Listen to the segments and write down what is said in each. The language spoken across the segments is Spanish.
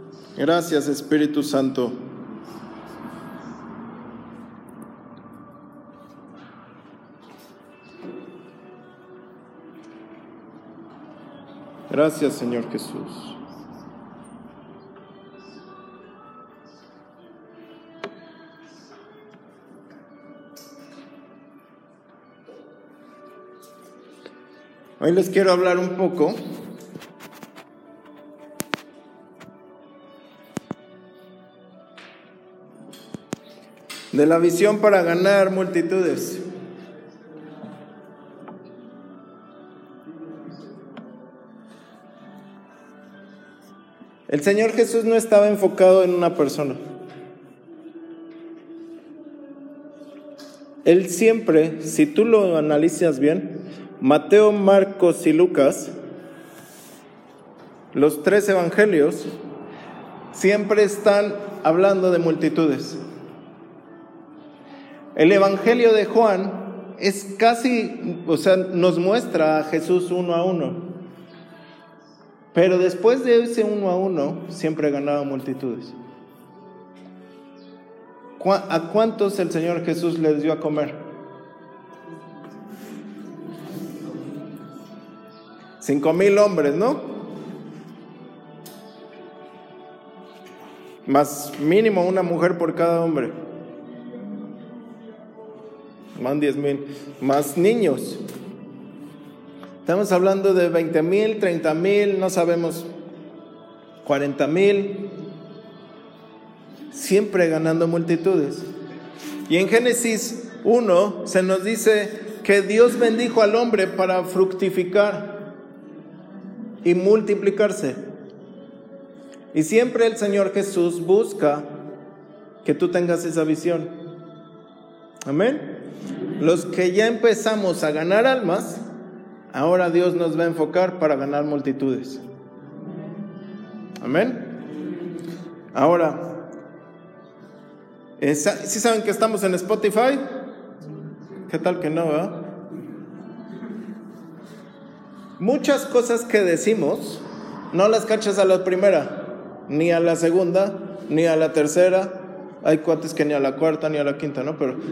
Gracias, Espíritu Santo. Gracias, Señor Jesús. Hoy les quiero hablar un poco de la visión para ganar multitudes. El Señor Jesús no estaba enfocado en una persona. Él siempre, si tú lo analizas bien, Mateo, Marcos y Lucas, los 3 evangelios, siempre están hablando de multitudes. El evangelio de Juan es casi, nos muestra a Jesús uno a uno. Pero después de ese uno a uno, siempre ganaba multitudes. ¿A cuántos el Señor Jesús les dio a comer? 5,000 hombres, ¿no? Más mínimo una mujer por cada hombre. Más 10,000. Más niños. Estamos hablando de 20,000, 30,000, no sabemos, 40,000. Siempre ganando multitudes. Y en Génesis 1 se nos dice que Dios bendijo al hombre para fructificar y multiplicarse. Y siempre el Señor Jesús busca que tú tengas esa visión. Amén. Los que ya empezamos a ganar almas, ahora Dios nos va a enfocar para ganar multitudes. Amén. Ahora, ¿sí saben que estamos en Spotify? ¿Qué tal que no, verdad? Muchas cosas que decimos no las cachas a la primera, ni a la segunda, ni a la tercera. Hay cuates que ni a la cuarta ni a la quinta, ¿no? Pero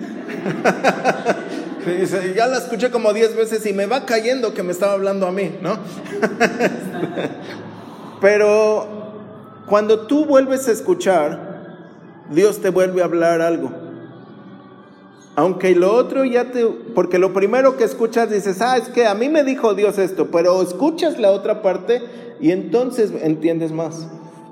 ya la escuché como 10 veces y me va cayendo que me estaba hablando a mí, ¿no? Pero cuando tú vuelves a escuchar, Dios te vuelve a hablar algo. Aunque lo otro porque lo primero que escuchas dices, es que a mí me dijo Dios esto, pero escuchas la otra parte y entonces entiendes más.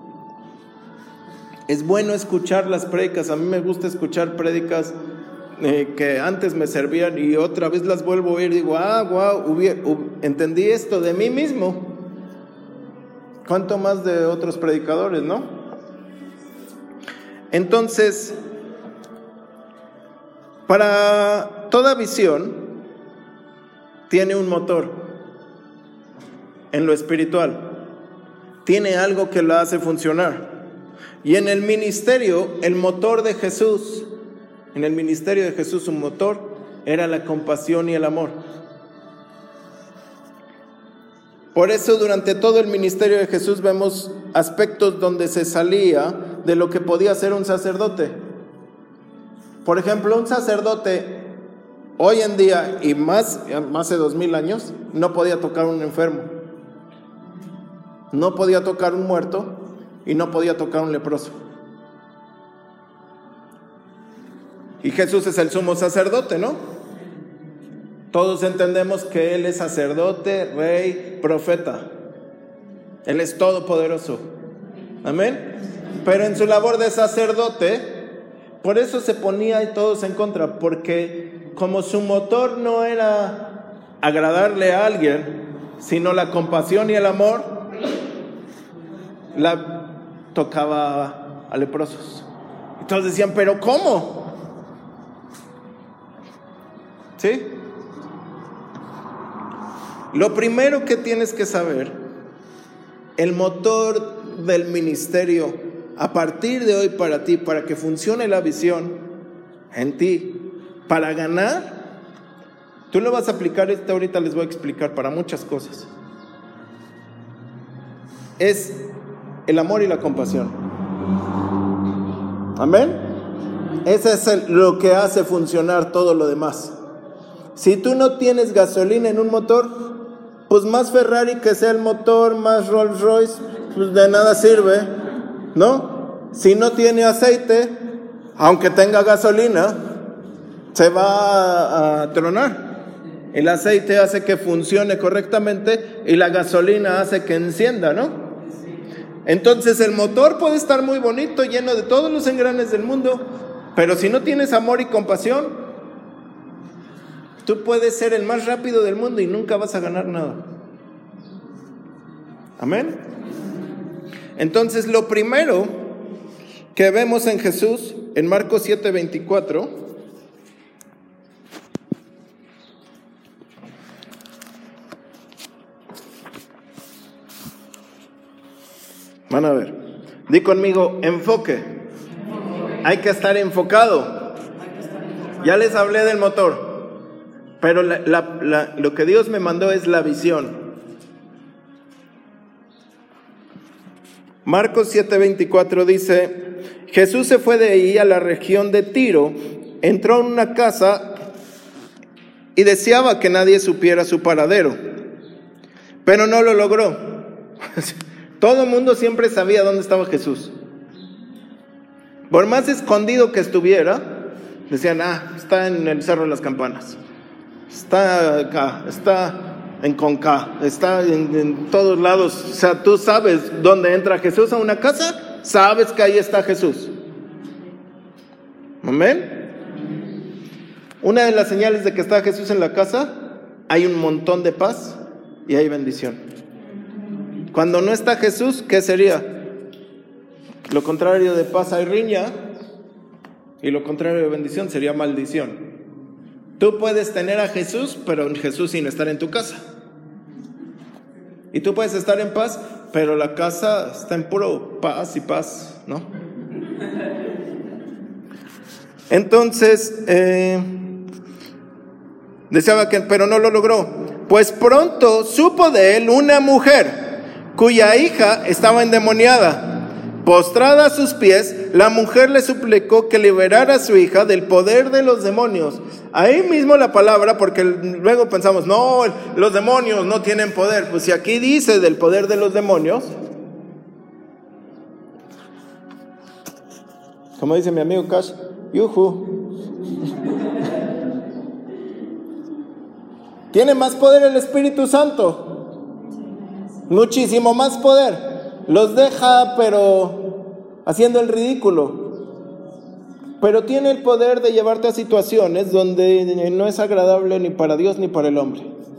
Es bueno escuchar las prédicas. A mí me gusta escuchar prédicas que antes me servían y otra vez las vuelvo a oír y digo, entendí esto de mí mismo. ¿Cuánto más de otros predicadores, no? Entonces, para toda visión tiene un motor en lo espiritual. Tiene algo que la hace funcionar. Y en el ministerio, el motor de Jesús, en el ministerio de Jesús, su motor era la compasión y el amor. Por eso durante todo el ministerio de Jesús vemos aspectos donde se salía de lo que podía ser un sacerdote. Por ejemplo, un sacerdote hoy en día y más de 2,000 años no podía tocar a un enfermo, no podía tocar a un muerto y no podía tocar a un leproso. Y Jesús es el sumo sacerdote, ¿no? Todos entendemos que Él es sacerdote, rey, profeta. Él es todopoderoso. Amén. Pero en su labor de sacerdote, por eso se ponía todos en contra, porque como su motor no era agradarle a alguien, sino la compasión y el amor, la tocaba a leprosos. Y todos decían, ¿pero cómo? ¿Sí? Lo primero que tienes que saber, el motor del ministerio a partir de hoy para ti, para que funcione la visión en ti, para ganar, tú lo vas a aplicar, ahorita les voy a explicar para muchas cosas. Es el amor y la compasión. Amén. Ese es lo que hace funcionar todo lo demás. Si tú no tienes gasolina en un motor, pues más Ferrari que sea el motor, más Rolls Royce, pues de nada sirve, ¿no? Si no tiene aceite, aunque tenga gasolina, se va a tronar. El aceite hace que funcione correctamente y la gasolina hace que encienda, ¿no? Entonces el motor puede estar muy bonito, lleno de todos los engranes del mundo, pero si no tienes amor y compasión, tú puedes ser el más rápido del mundo y nunca vas a ganar nada. Amén. Entonces lo primero que vemos en Jesús, en Marcos 7:24, van a ver, di conmigo, enfoque. Hay que estar enfocado. Ya les hablé del motor, pero lo que Dios me mandó es la visión. Marcos 7:24 dice: Jesús se fue de ahí a la región de Tiro, entró en una casa y deseaba que nadie supiera su paradero, pero no lo logró. Todo el mundo siempre sabía dónde estaba Jesús. Por más escondido que estuviera, decían, está en el Cerro de las Campanas, está acá, está en Conca, está en todos lados. O sea, tú sabes dónde entra Jesús a una casa, sabes que ahí está Jesús. Amén. Una de las señales de que está Jesús en la casa, hay un montón de paz y hay bendición. Cuando no está Jesús, ¿qué sería? Lo contrario de paz hay riña, y lo contrario de bendición sería maldición. Tú puedes tener a Jesús, pero Jesús sin estar en tu casa. Y tú puedes estar en paz, pero la casa está en puro paz y paz, ¿no? Entonces, deseaba que, pero no lo logró. Pues pronto supo de él una mujer cuya hija estaba endemoniada. Postrada a sus pies, la mujer le suplicó que liberara a su hija del poder de los demonios. Ahí mismo la palabra, porque luego pensamos, no, los demonios no tienen poder. Pues si aquí dice del poder de los demonios, como dice mi amigo Cash, yuju. Tiene más poder el Espíritu Santo. Muchísimo más poder. Los deja, pero haciendo el ridículo. Pero tiene el poder de llevarte a situaciones donde no es agradable ni para Dios ni para el hombre.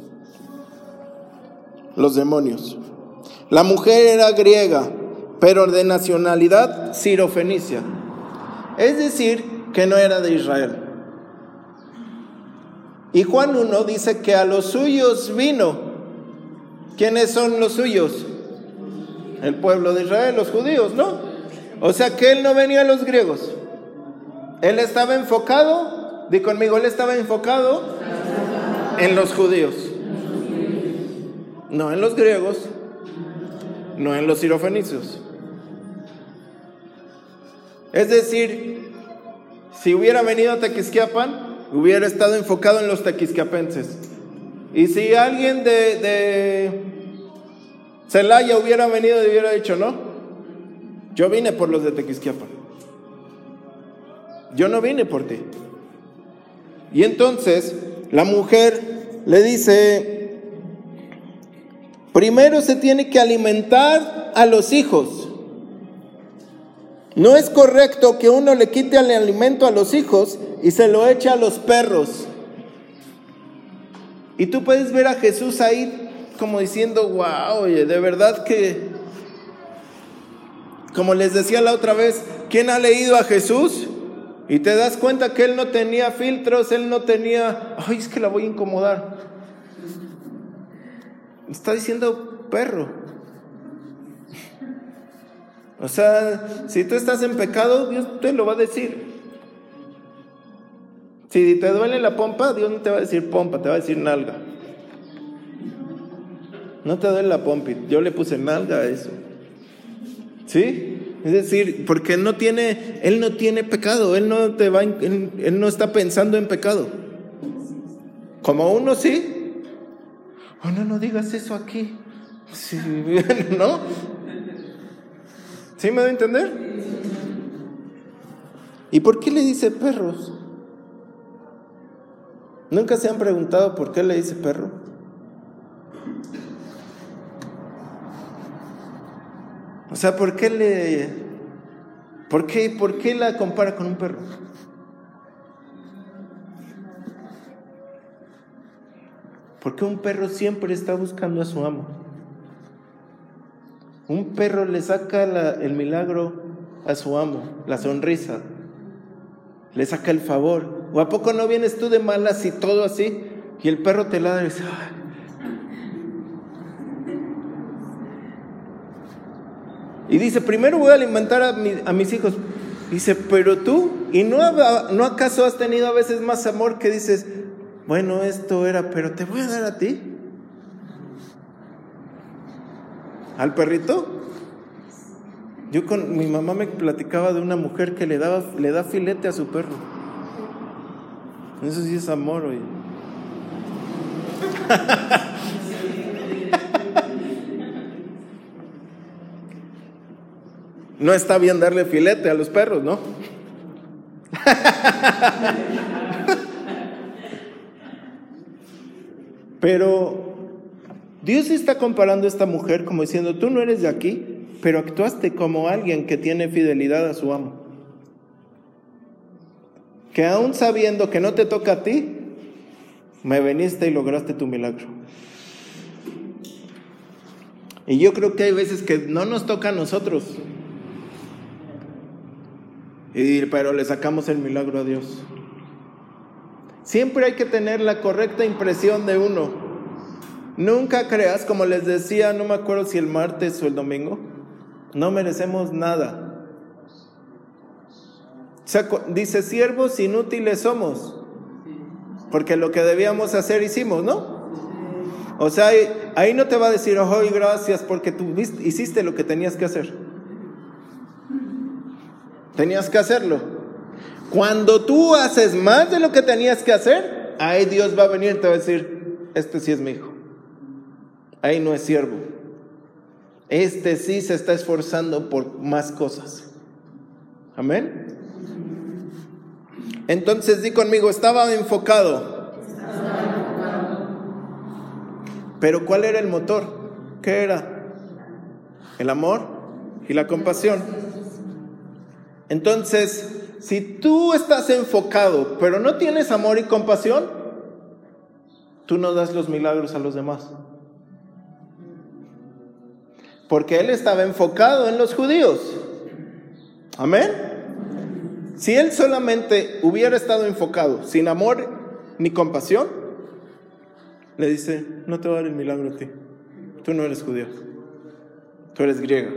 Los demonios. La mujer era griega, pero de nacionalidad sirofenicia. Es decir, que no era de Israel. Y Juan 1 dice que a los suyos vino. ¿Quiénes son los suyos? El pueblo de Israel, los judíos, ¿no? O sea que él no venía a los griegos. Él estaba enfocado, di conmigo, él estaba enfocado en los judíos. No en los griegos, no en los sirofenicios. Es decir, si hubiera venido a Tequisquiapan, hubiera estado enfocado en los tequisquiapenses. Y si alguien de Celaya hubiera venido y hubiera dicho, no, yo vine por los de Tequisquiapan, yo no vine por ti. Y entonces la mujer le dice, primero se tiene que alimentar a los hijos. No es correcto que uno le quite el alimento a los hijos y se lo eche a los perros. Y tú puedes ver a Jesús ahí como diciendo, wow, oye, de verdad que, como les decía la otra vez, ¿quién ha leído a Jesús? Y te das cuenta que él no tenía filtros, él no tenía, ay, es que la voy a incomodar. Está diciendo perro. O sea, si tú estás en pecado, Dios te lo va a decir. Si te duele la pompa, Dios no te va a decir pompa, te va a decir nalga. No te duele la pompa, yo le puse nalga a eso. ¿Sí? Es decir, porque Él no tiene pecado, Él no está pensando en pecado. Como uno sí. Oh, no digas eso aquí. Sí, ¿no? ¿Sí me da a entender? ¿Y por qué le dice perros? ¿Nunca se han preguntado por qué le dice perro? O sea, ¿por qué la compara con un perro? Porque un perro siempre está buscando a su amo. Un perro le saca el milagro a su amo, la sonrisa, le saca el favor. ¿O a poco no vienes tú de malas y todo así? Y el perro te ladra y dice, ¡ay! Y dice, primero voy a alimentar a mis hijos. Dice, pero tú, ¿y no acaso has tenido a veces más amor que dices, bueno, esto era, pero te voy a dar a ti? ¿Al perrito? Mi mamá me platicaba de una mujer que le da filete a su perro. Eso sí es amor, oye. No está bien darle filete a los perros, ¿no? Pero Dios está comparando a esta mujer como diciendo, tú no eres de aquí, pero actuaste como alguien que tiene fidelidad a su amo. Que aún sabiendo que no te toca a ti, me viniste y lograste tu milagro. Y yo creo que hay veces que no nos toca a nosotros, pero le sacamos el milagro a Dios. Siempre hay que tener la correcta impresión de uno. Nunca creas, como les decía, no me acuerdo si el martes o el domingo, no merecemos nada. O sea, dice, siervos inútiles somos, porque lo que debíamos hacer hicimos, ¿no? O sea, ahí no te va a decir, oh, gracias, porque tú hiciste lo que tenías que hacer. Tenías que hacerlo. Cuando tú haces más de lo que tenías que hacer, ahí Dios va a venir y te va a decir, este sí es mi hijo. Ahí no es siervo. Este sí se está esforzando por más cosas. Amén. Entonces di conmigo, estaba enfocado. Pero ¿cuál era el motor? ¿Qué era? El amor y la compasión. Entonces, si tú estás enfocado, pero no tienes amor y compasión, tú no das los milagros a los demás. Porque él estaba enfocado en los judíos. Amén. Si él solamente hubiera estado enfocado, sin amor ni compasión, le dice, no te voy a dar el milagro a ti. Tú no eres judío, tú eres griega.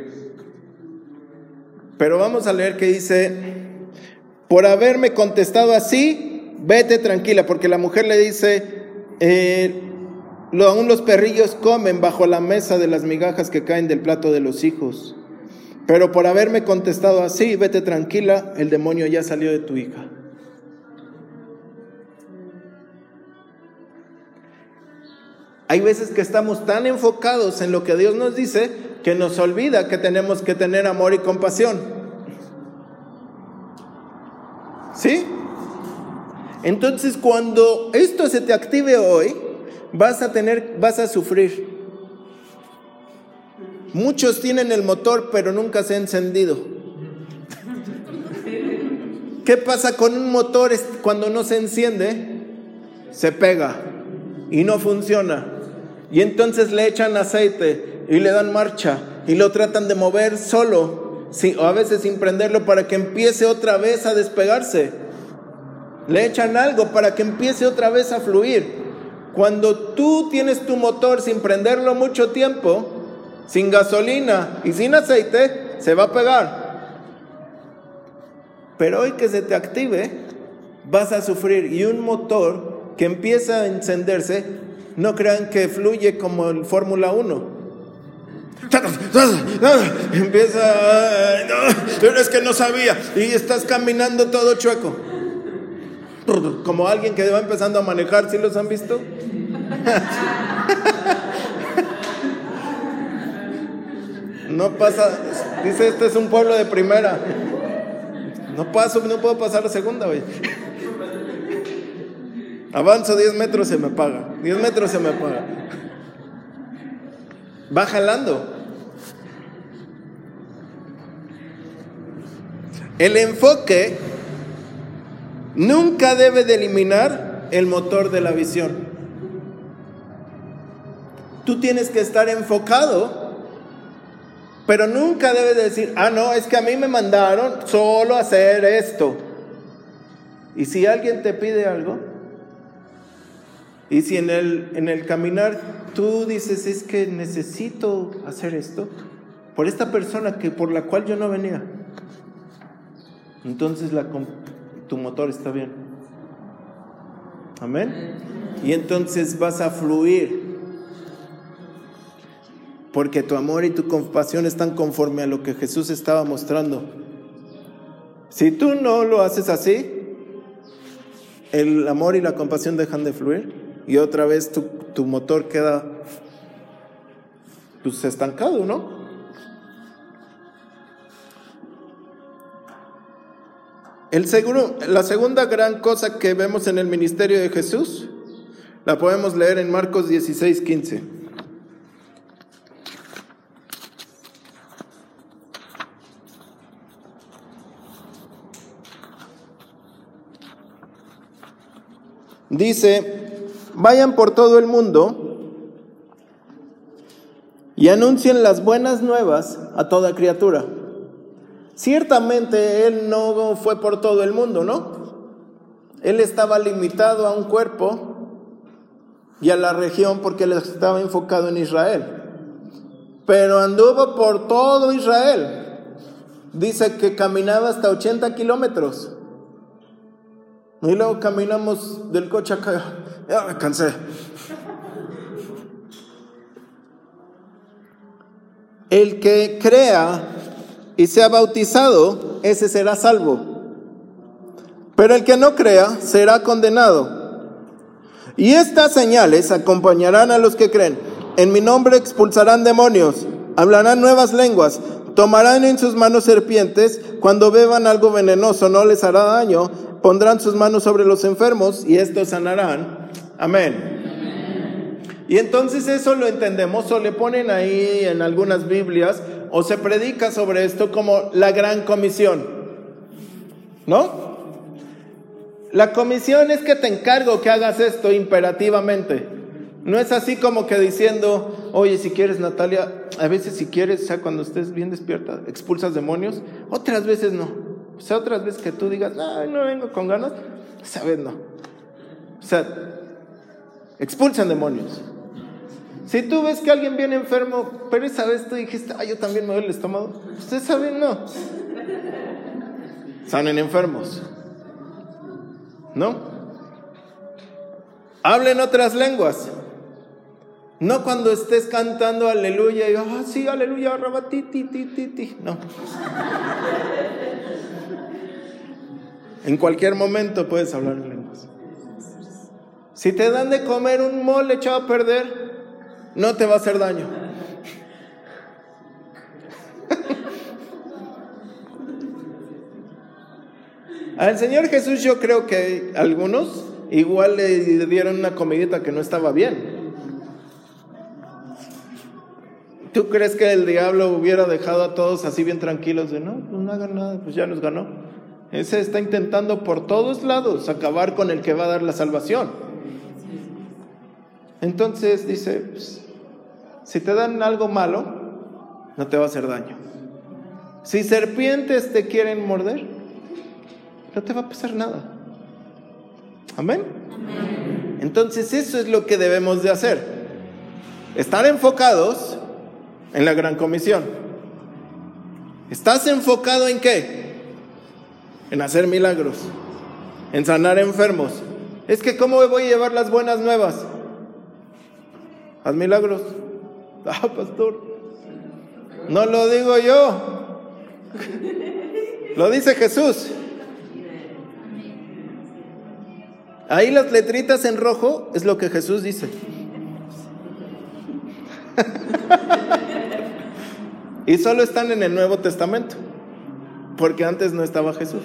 Pero vamos a leer que dice, por haberme contestado así, vete tranquila, porque la mujer le dice, aún los perrillos comen bajo la mesa de las migajas que caen del plato de los hijos. Pero por haberme contestado así, vete tranquila, el demonio ya salió de tu hija. Hay veces que estamos tan enfocados en lo que Dios nos dice que nos olvida que tenemos que tener amor y compasión. ¿Sí? Entonces, cuando esto se te active hoy, vas a sufrir. Muchos tienen el motor, pero nunca se ha encendido. ¿Qué pasa con un motor cuando no se enciende? Se pega y no funciona. Y entonces le echan aceite y le dan marcha y lo tratan de mover solo, o a veces sin prenderlo, para que empiece otra vez a despegarse. Le echan algo para que empiece otra vez a fluir. Cuando tú tienes tu motor sin prenderlo mucho tiempo, sin gasolina y sin aceite, se va a pegar. Pero hoy que se te active, vas a sufrir. Y un motor que empieza a encenderse, no crean que fluye como el Fórmula 1. Empieza, no, pero es que no sabía, y estás caminando todo chueco, como alguien que va empezando a manejar. ¿Sí los han visto? No pasa, dice, este es un pueblo de primera. No puedo pasar a segunda, güey. Avanzo 10 metros, se me paga. 10 metros se me paga. Va jalando. El enfoque nunca debe de eliminar el motor de la visión. Tú tienes que estar enfocado, pero nunca debes de decir, no, es que a mí me mandaron solo a hacer esto. Y si alguien te pide algo, y si en el caminar tú dices, es que necesito hacer esto por esta persona por la cual yo no venía, entonces tu motor está bien. Amén. Y entonces vas a fluir, porque tu amor y tu compasión están conforme a lo que Jesús estaba mostrando. Si tú no lo haces así, el amor y la compasión dejan de fluir, y otra vez tu motor queda pues estancado, ¿no? La segunda gran cosa que vemos en el ministerio de Jesús la podemos leer en Marcos 16:15. Dice: vayan por todo el mundo y anuncien las buenas nuevas a toda criatura. Ciertamente Él no fue por todo el mundo, ¿no? Él estaba limitado a un cuerpo y a la región porque Él estaba enfocado en Israel. Pero anduvo por todo Israel. Dice que caminaba hasta 80 kilómetros. Y luego caminamos del coche acá. Ya me cansé. El que crea y sea bautizado, ese será salvo. Pero el que no crea será condenado. Y estas señales acompañarán a los que creen. En mi nombre expulsarán demonios, hablarán nuevas lenguas, tomarán en sus manos serpientes, cuando beban algo venenoso no les hará daño, pondrán sus manos sobre los enfermos y estos sanarán. Amén. Y entonces eso lo entendemos, o le ponen ahí en algunas Biblias, o se predica sobre esto como la gran comisión, ¿no? La comisión es que te encargo que hagas esto imperativamente. No es así como que diciendo, oye, si quieres, Natalia, a veces si quieres, o sea, cuando estés bien despierta, expulsas demonios, otras veces no. O sea, otras veces que tú digas, no vengo con ganas, esa vez no. O sea, expulsan demonios. Si tú ves que alguien viene enfermo, pero esa vez tú dijiste, yo también me duele el estómago, usted sabe, no. Sanen enfermos, ¿no? Hablen otras lenguas. No cuando estés cantando aleluya y sí, aleluya, rabatiti, no. En cualquier momento puedes hablar en lenguas. Si te dan de comer un mole echado a perder, no te va a hacer daño. Al Señor Jesús yo creo que algunos igual le dieron una comidita que no estaba bien. ¿Tú crees que el diablo hubiera dejado a todos así bien tranquilos de no hagan nada, pues ya nos ganó? Ese está intentando por todos lados acabar con el que va a dar la salvación. Entonces dice, pues, si te dan algo malo, no te va a hacer daño. Si serpientes te quieren morder, no te va a pasar nada. ¿Amén? Amén. Entonces eso es lo que debemos de hacer. Estar enfocados en la gran comisión. ¿Estás enfocado en qué? En hacer milagros, en sanar enfermos. Es que ¿cómo voy a llevar las buenas nuevas? Haz milagros. Pastor, No lo digo yo. Lo dice Jesús. Ahí las letritas en rojo es lo que Jesús dice. Y solo están en el Nuevo Testamento, porque antes no estaba Jesús.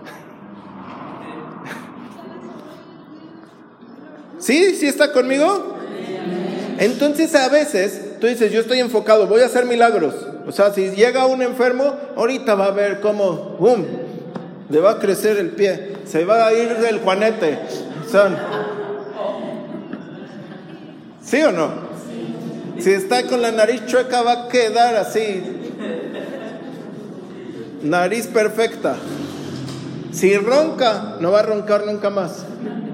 ¿Sí? ¿Sí está conmigo? Entonces a veces tú dices, yo estoy enfocado, voy a hacer milagros. O sea, si llega un enfermo, ahorita va a ver cómo, ¡bum!, le va a crecer el pie, se va a ir del juanete. ¿Sí o no? Si está con la nariz chueca va a quedar así, nariz perfecta. Si ronca, no va a roncar nunca más.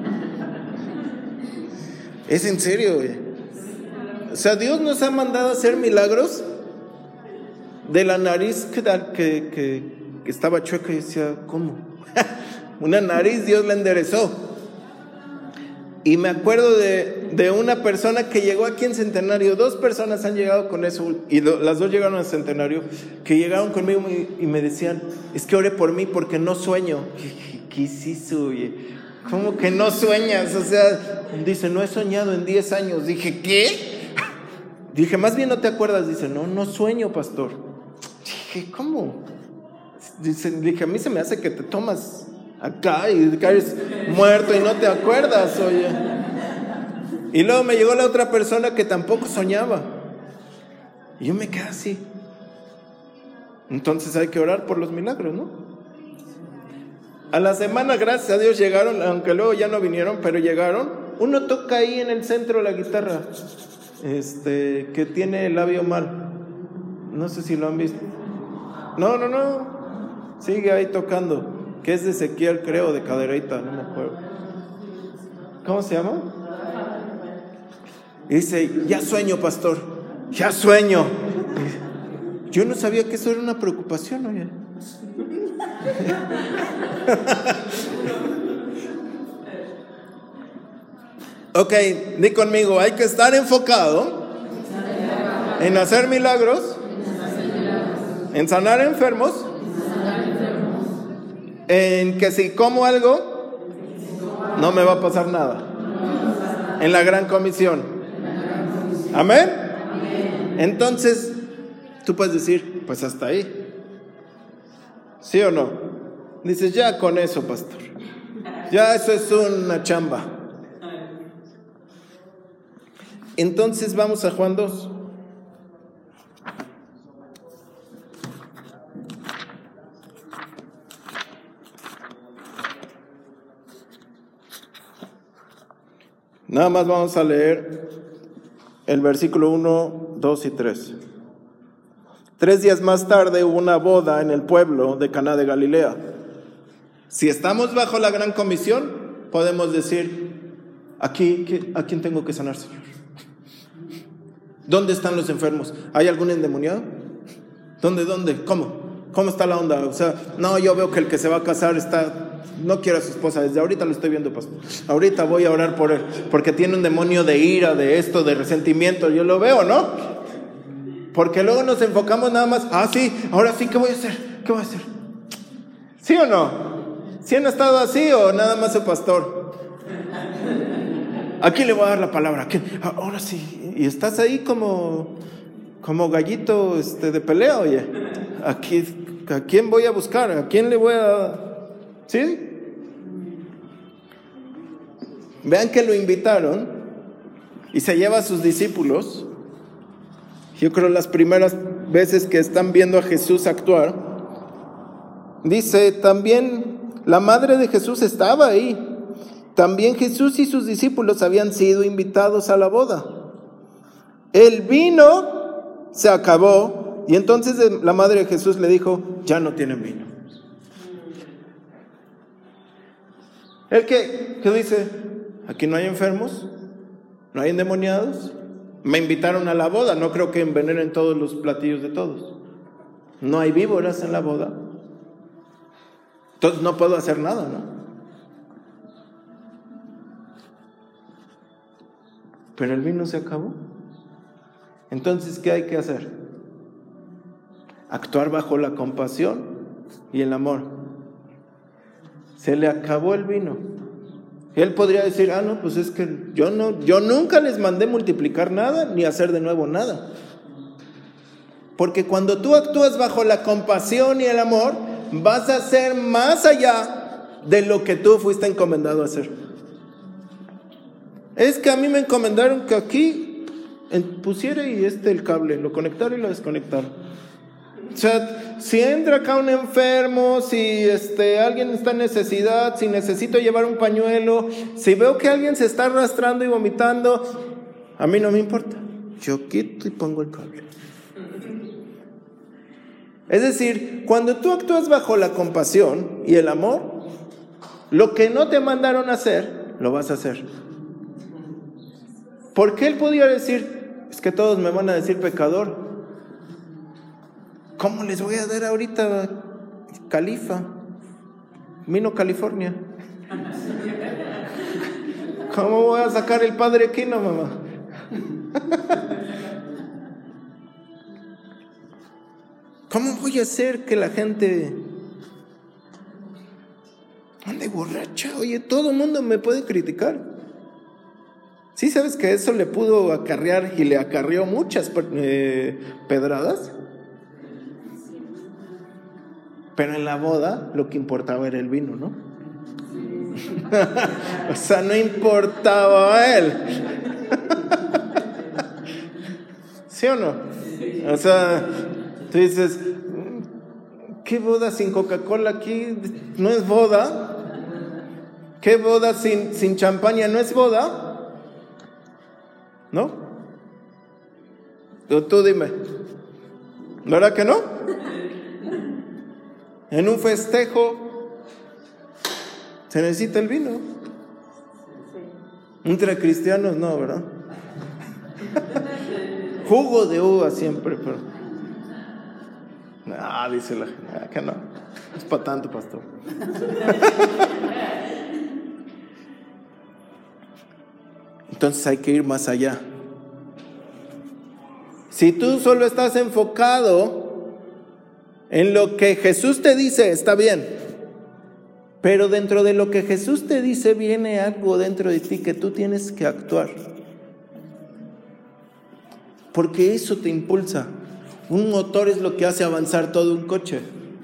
Es en serio, güey. O sea, Dios nos ha mandado a hacer milagros de la nariz que estaba chueca, y decía, ¿cómo? Una nariz Dios la enderezó. Y me acuerdo de una persona que llegó aquí en Centenario. 2 personas han llegado con eso, y las 2 llegaron al Centenario, que llegaron conmigo y me decían, es que ore por mí porque no sueño. ¿Qué es eso, oye? ¿Cómo que no sueñas? O sea, dice, no he soñado en 10 años. Dije, ¿qué? Dije, más bien no te acuerdas. Dice, no sueño, pastor. Dije, ¿cómo? Dije, a mí se me hace que te tomas acá y caes muerto y no te acuerdas, oye. Y luego me llegó la otra persona que tampoco soñaba, y yo me quedé así. Entonces hay que orar por los milagros, ¿no? A la semana, gracias a Dios, llegaron, aunque luego ya no vinieron, pero llegaron. Uno toca ahí en el centro la guitarra, que tiene el labio mal. No sé si lo han visto. No, sigue ahí tocando, que es de Ezequiel, creo, de Cadereyta, no me acuerdo. ¿Cómo se llama? Y dice, ya sueño, pastor, ya sueño. Yo no sabía que eso era una preocupación, oye. Ok, di conmigo, hay que estar enfocado en hacer milagros, en sanar enfermos, en que si como algo no me va a pasar nada, en la gran comisión. Amén. Entonces tú puedes decir, pues hasta ahí, ¿sí o no? Dices, ya con eso, pastor, ya eso es una chamba. Entonces vamos a Juan 2. Nada más vamos a leer el versículo 1, 2 y 3. 3 días más tarde hubo una boda en el pueblo de Caná de Galilea. Si estamos bajo la gran comisión, podemos decir, aquí, ¿a quién tengo que sanar, Señor? ¿Dónde están los enfermos? ¿Hay algún endemoniado? ¿Dónde? ¿Cómo está la onda? O sea, no, yo veo que el que se va a casar no quiere a su esposa. Desde ahorita lo estoy viendo, pastor. Ahorita voy a orar por él, porque tiene un demonio de ira, de esto, de resentimiento. Yo lo veo, ¿no? Porque luego nos enfocamos nada más. Sí, ahora sí, ¿qué voy a hacer? ¿Qué voy a hacer? ¿Sí o no? ¿Sí han estado así o nada más su pastor? ¿A quién le voy a dar la palabra? ¿A quién? Ahora sí. Y estás ahí como gallito de pelea, oye. ¿A quién voy a buscar? ¿A quién le voy a...? ¿Sí? Vean que lo invitaron y se lleva a sus discípulos. Yo creo las primeras veces que están viendo a Jesús actuar. Dice, también la madre de Jesús estaba ahí. También Jesús y sus discípulos habían sido invitados a la boda. El vino se acabó y entonces la madre de Jesús le dijo, ya no tienen vino. ¿El qué dice? Aquí no hay enfermos, no hay endemoniados. Me invitaron a la boda, no creo que envenenen todos los platillos de todos. No hay víboras en la boda. Entonces no puedo hacer nada, ¿no? Pero el vino se acabó. Entonces, ¿qué hay que hacer? actuar bajo la compasión y el amor. Se le acabó el vino. Él podría decir, no, pues es que yo nunca les mandé multiplicar nada ni hacer de nuevo nada. Porque cuando tú actúas bajo la compasión y el amor, vas a hacer más allá de lo que tú fuiste encomendado a hacer. Es que a mí me encomendaron que aquí pusiera el cable, lo conectara y lo desconectara. O sea, si entra acá un enfermo, si alguien está en necesidad, si necesito llevar un pañuelo, si veo que alguien se está arrastrando y vomitando, a mí no me importa. Yo quito y pongo el cable. Es decir, cuando tú actúas bajo la compasión y el amor, lo que no te mandaron a hacer, lo vas a hacer. Porque él podía decir, es que todos me van a decir pecador. ¿Cómo les voy a dar ahorita califa? Vino California. ¿Cómo voy a sacar el Padre Quino, mamá? ¿Cómo voy a hacer que la gente ande borracha? Oye, todo el mundo me puede criticar. ¿Sí sabes que eso le pudo acarrear y le acarreó muchas pedradas? Pero en la boda lo que importaba era el vino, ¿no? O sea, no importaba a él. ¿Sí o no? O sea, tú dices, ¿qué boda sin Coca-Cola aquí? ¿No es boda? ¿Qué boda sin champaña? ¿No es boda? ¿No? Tú dime. ¿Verdad que no? En un festejo se necesita el vino. Entre cristianos no, ¿verdad? Jugo de uva siempre, pero dice la gente, que no, es para tanto, pastor. Entonces hay que ir más allá. Si tú solo estás enfocado en lo que Jesús te dice, está bien. Pero dentro de lo que Jesús te dice viene algo dentro de ti que tú tienes que actuar. Porque eso te impulsa. Un motor es lo que hace avanzar todo un coche.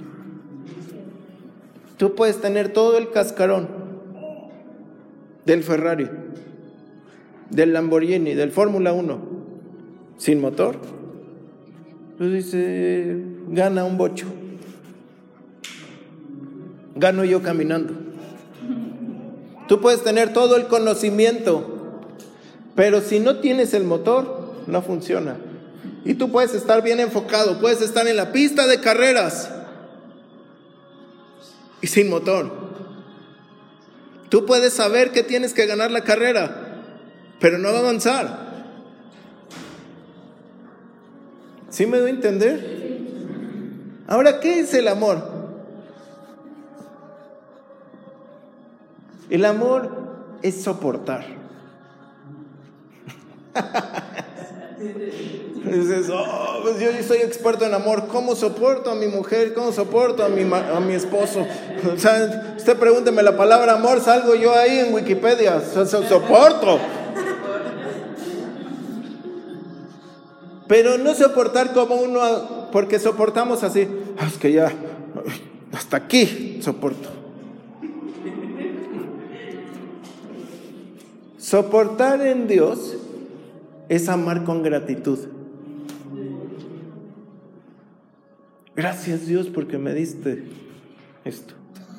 Tú puedes tener todo el cascarón del Ferrari, del Lamborghini, del Fórmula 1, sin motor. Entonces dice, gana un bocho. Gano yo caminando. Tú puedes tener todo el conocimiento, pero si no tienes el motor, no funciona. Y tú puedes estar bien enfocado, puedes estar en la pista de carreras y sin motor. Tú puedes saber que tienes que ganar la carrera, pero no va a avanzar. ¿Sí me doy a entender? Ahora, ¿qué es el amor? El amor es soportar. Dices, pues yo soy experto en amor. ¿Cómo soporto a mi mujer? ¿Cómo soporto a mi esposo? O sea, usted pregúnteme la palabra amor, salgo yo ahí en Wikipedia. Soporto. Pero no soportar como uno, porque soportamos así. Es que ya, hasta aquí soporto. Soportar en Dios es amar con gratitud. Gracias, Dios, porque me diste esto.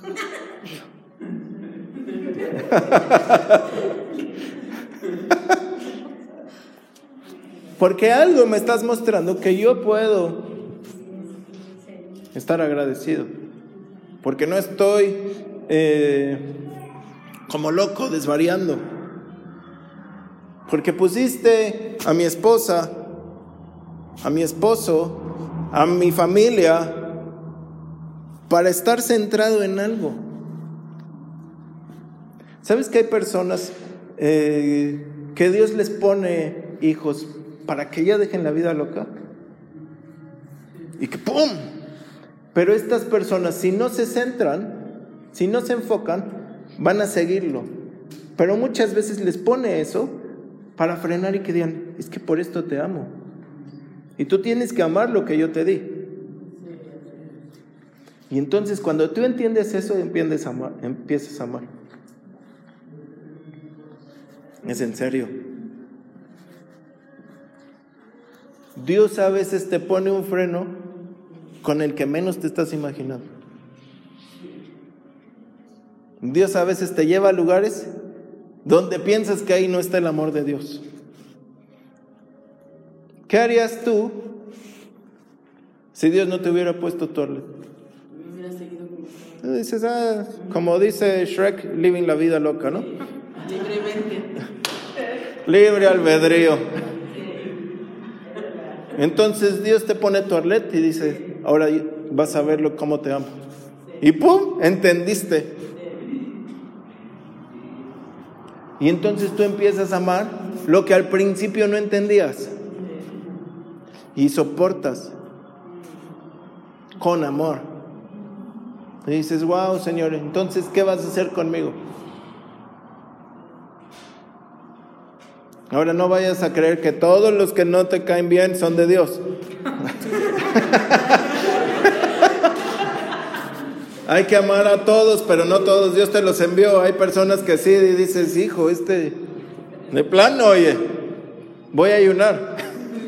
Porque algo me estás mostrando que yo puedo estar agradecido. Porque no estoy como loco desvariando. Porque pusiste a mi esposa, a mi esposo, a mi familia para estar centrado en algo. ¿Sabes que hay personas que Dios les pone hijos para que ya dejen la vida loca? y que ¡pum! Pero estas personas, si no se centran, si no se enfocan, van a seguirlo. Pero muchas veces les pone eso para frenar y que digan, es que por esto te amo. Y tú tienes que amar lo que yo te di. Y entonces cuando tú entiendes eso, empiezas a amar. Es en serio. Dios a veces te pone un freno con el que menos te estás imaginando. Dios a veces te lleva a lugares donde piensas que ahí no está el amor de Dios. ¿Qué harías tú si Dios no te hubiera puesto tu arlet? Dices, como dice Shrek, living la vida loca, ¿no? Libremente. Libre albedrío. Entonces Dios te pone tu arlet y dice, ahora vas a verlo cómo te amo. Y ¡pum! Entendiste. Y entonces tú empiezas a amar lo que al principio no entendías. Y soportas con amor. Y dices, wow, Señor, entonces ¿qué vas a hacer conmigo? Ahora no vayas a creer que todos los que no te caen bien son de Dios. Hay que amar a todos, pero no todos Dios te los envió. Hay personas que sí, y dices, hijo, de plano, oye, voy a ayunar.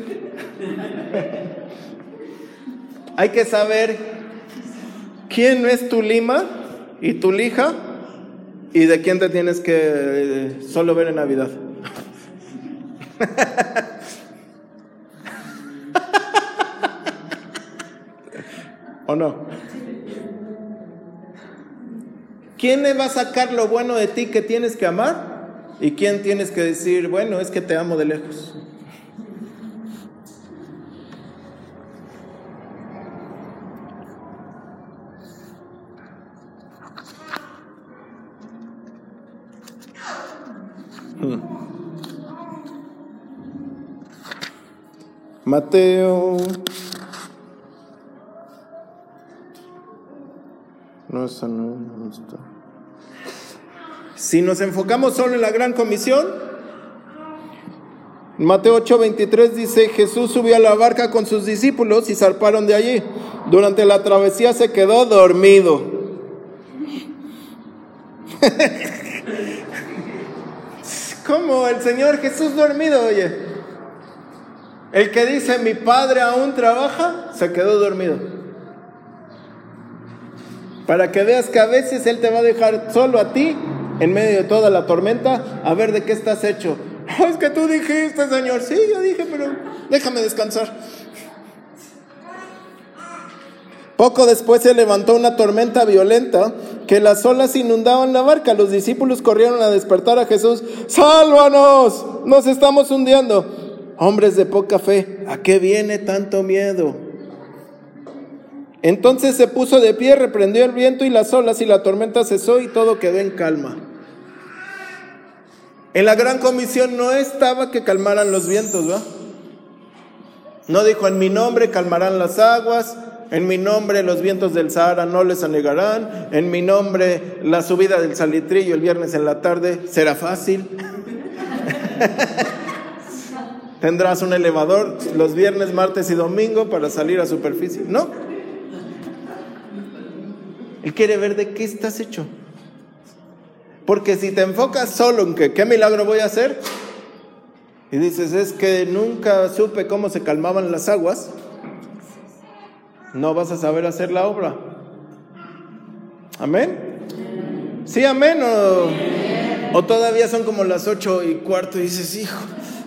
Hay que saber quién es tu lima y tu lija y de quién te tienes que solo ver en Navidad. ¿O no? ¿Quién le va a sacar lo bueno de ti que tienes que amar? ¿Y quién tienes que decir, bueno, es que te amo de lejos? Mateo. No, eso no está. Si nos enfocamos solo en la gran comisión, Mateo 8:23 dice, Jesús subió a la barca con sus discípulos y zarparon de allí. Durante la travesía se quedó dormido. ¿Cómo? El Señor Jesús dormido, oye. El que dice, mi Padre aún trabaja, se quedó dormido. Para que veas que a veces Él te va a dejar solo a ti, en medio de toda la tormenta, a ver de qué estás hecho. Oh, es que tú dijiste, Señor. Sí, yo dije, pero déjame descansar. Poco después se levantó una tormenta violenta, que las olas inundaban la barca. Los discípulos corrieron a despertar a Jesús. ¡Sálvanos! ¡Nos estamos hundiendo! Hombres de poca fe, ¿a qué viene tanto miedo? Entonces se puso de pie, reprendió el viento y las olas, y la tormenta cesó y todo quedó en calma. En la gran comisión no estaba que calmaran los vientos, ¿va? No dijo, en mi nombre calmarán las aguas, en mi nombre los vientos del Sahara no les anegarán, en mi nombre la subida del Salitrillo el viernes en la tarde será fácil. Tendrás un elevador los viernes, martes y domingo para salir a superficie. No. Él quiere ver de qué estás hecho. Porque si te enfocas solo en que qué milagro voy a hacer, y dices, es que nunca supe cómo se calmaban las aguas, no vas a saber hacer la obra. ¿Amén? ¿Sí, amén? ¿O todavía son como las 8:15 y dices, hijo?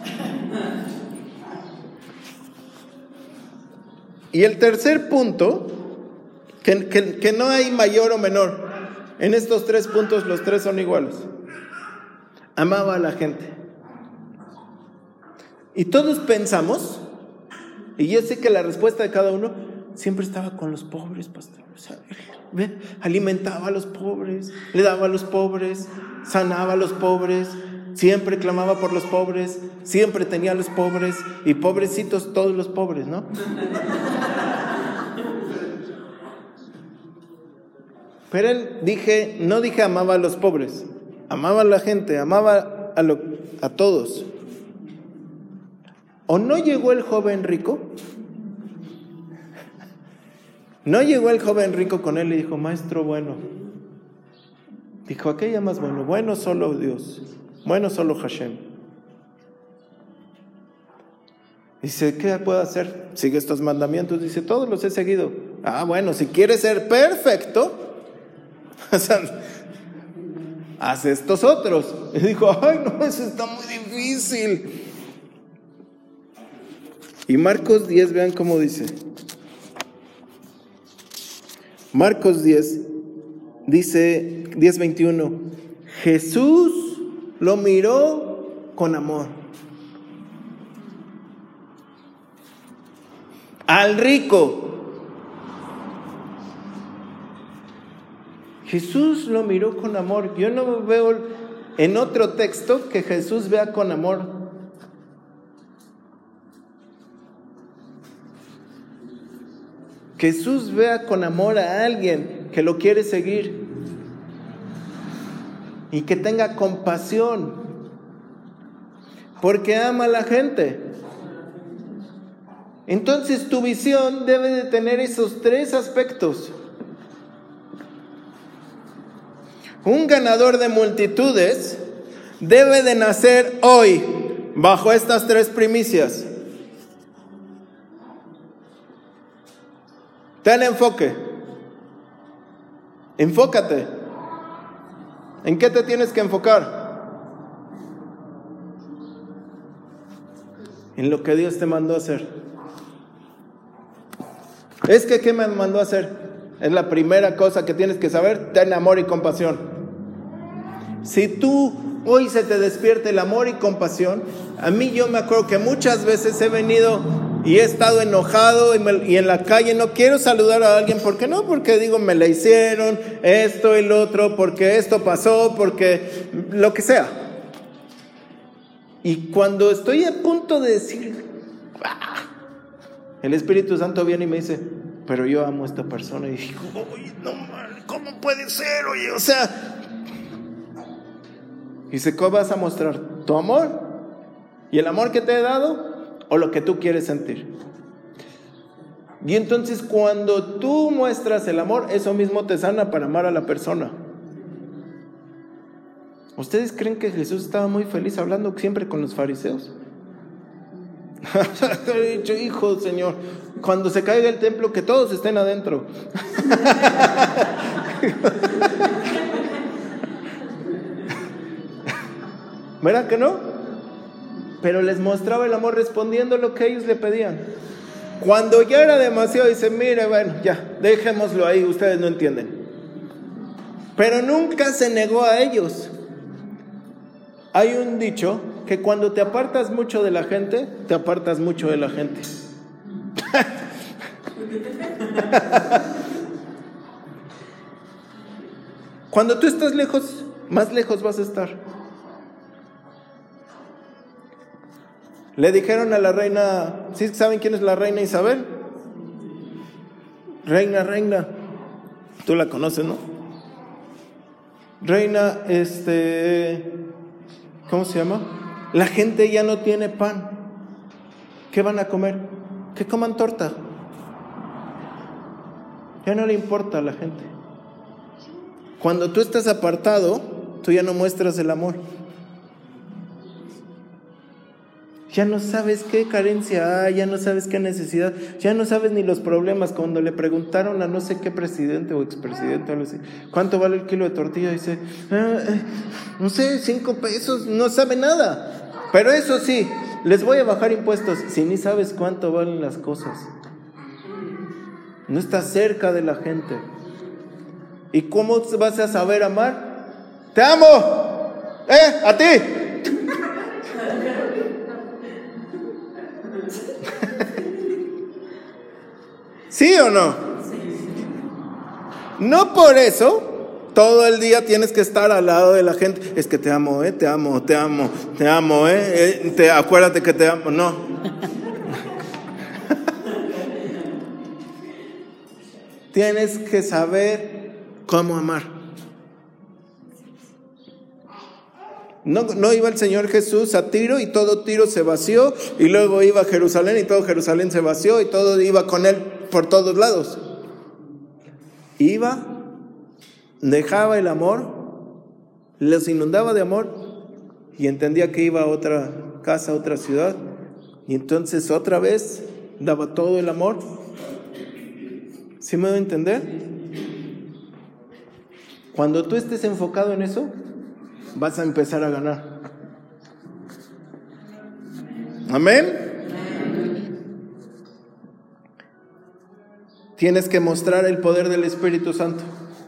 Y el tercer punto, que no hay mayor o menor. En estos 3 puntos los 3 son iguales. Amaba a la gente. Y todos pensamos, y yo sé que la respuesta de cada uno, siempre estaba con los pobres, pastor. O sea, alimentaba a los pobres, le daba a los pobres, sanaba a los pobres, siempre clamaba por los pobres, siempre tenía a los pobres, y pobrecitos todos los pobres, ¿no? Pero él no dije amaba a los pobres, amaba a la gente, amaba a todos. ¿O no llegó el joven rico? No llegó el joven rico con él y dijo, maestro bueno. Dijo, ¿a qué llamas bueno? Bueno solo Dios, bueno solo Hashem. Dice, ¿qué puedo hacer? Sigue estos mandamientos. Dice, todos los he seguido. Ah, bueno, si quieres ser perfecto, o sea, haz estos otros. Y dijo, ay no, eso está muy difícil. Y Marcos 10, vean cómo dice. Marcos 10, dice 10:21. Jesús lo miró con amor. Al rico. Jesús lo miró con amor. Yo no veo en otro texto que Jesús vea con amor. Jesús vea con amor a alguien que lo quiere seguir y que tenga compasión porque ama a la gente. Entonces tu visión debe de tener esos 3 aspectos. Un ganador de multitudes debe de nacer hoy bajo estas 3 primicias. Ten enfoque. Enfócate. ¿En qué te tienes que enfocar? En lo que Dios te mandó a hacer. Es que ¿qué me mandó a hacer? Es la primera cosa que tienes que saber. Ten amor y compasión. Si tú hoy se te despierta el amor y compasión, a mí yo me acuerdo que muchas veces he venido y he estado enojado y en la calle no quiero saludar a alguien. ¿Por qué no? Porque digo, me la hicieron, esto y lo otro, porque esto pasó, porque lo que sea. Y cuando estoy a punto de decir, el Espíritu Santo viene y me dice, pero yo amo a esta persona. Y digo, oye, no, ¿cómo puede ser? Oye, o sea. Y dice, ¿cómo vas a mostrar? ¿Tu amor? ¿Y el amor que te he dado? ¿O lo que tú quieres sentir? Y entonces cuando tú muestras el amor, eso mismo te sana para amar a la persona. ¿Ustedes creen que Jesús estaba muy feliz hablando siempre con los fariseos? He dicho, hijo, Señor, cuando se caiga el templo, que todos estén adentro. ¿Verdad que no? Pero les mostraba el amor respondiendo lo que ellos le pedían. Cuando ya era demasiado, dice, mire, bueno, ya, dejémoslo ahí, ustedes no entienden. Pero nunca se negó a ellos. Hay un dicho que cuando te apartas mucho de la gente, te apartas mucho de la gente. Cuando tú estás lejos, más lejos vas a estar. Le dijeron a la reina, ¿sí saben quién es la reina Isabel? Reina, tú la conoces, ¿no? Reina, ¿cómo se llama? La gente ya no tiene pan. ¿Qué van a comer? Que coman torta. Ya no le importa a la gente. Cuando tú estás apartado, tú ya no muestras el amor. Ya no sabes qué carencia hay, ya no sabes qué necesidad, ya no sabes ni los problemas. Cuando le preguntaron a no sé qué presidente o expresidente, ¿cuánto vale el kilo de tortilla? Dice, no sé, 5 pesos, no sabe nada. Pero eso sí, les voy a bajar impuestos. Si ni sabes cuánto valen las cosas, no estás cerca de la gente. ¿Y cómo vas a saber amar? ¡Te amo! ¡A ti! ¿Sí o no? No por eso todo el día tienes que estar al lado de la gente. Es que te amo, te amo, acuérdate que te amo. No. Tienes que saber cómo amar. No iba el Señor Jesús a Tiro y todo Tiro se vació, y luego iba a Jerusalén y todo Jerusalén se vació, y todo iba con él por todos lados. Iba, dejaba el amor, les inundaba de amor, y entendía que iba a otra casa, a otra ciudad, y entonces otra vez daba todo el amor. ¿Sí me voy a entender? Cuando tú estés enfocado en eso, vas a empezar a ganar. Amén. Tienes que mostrar el poder del Espíritu Santo.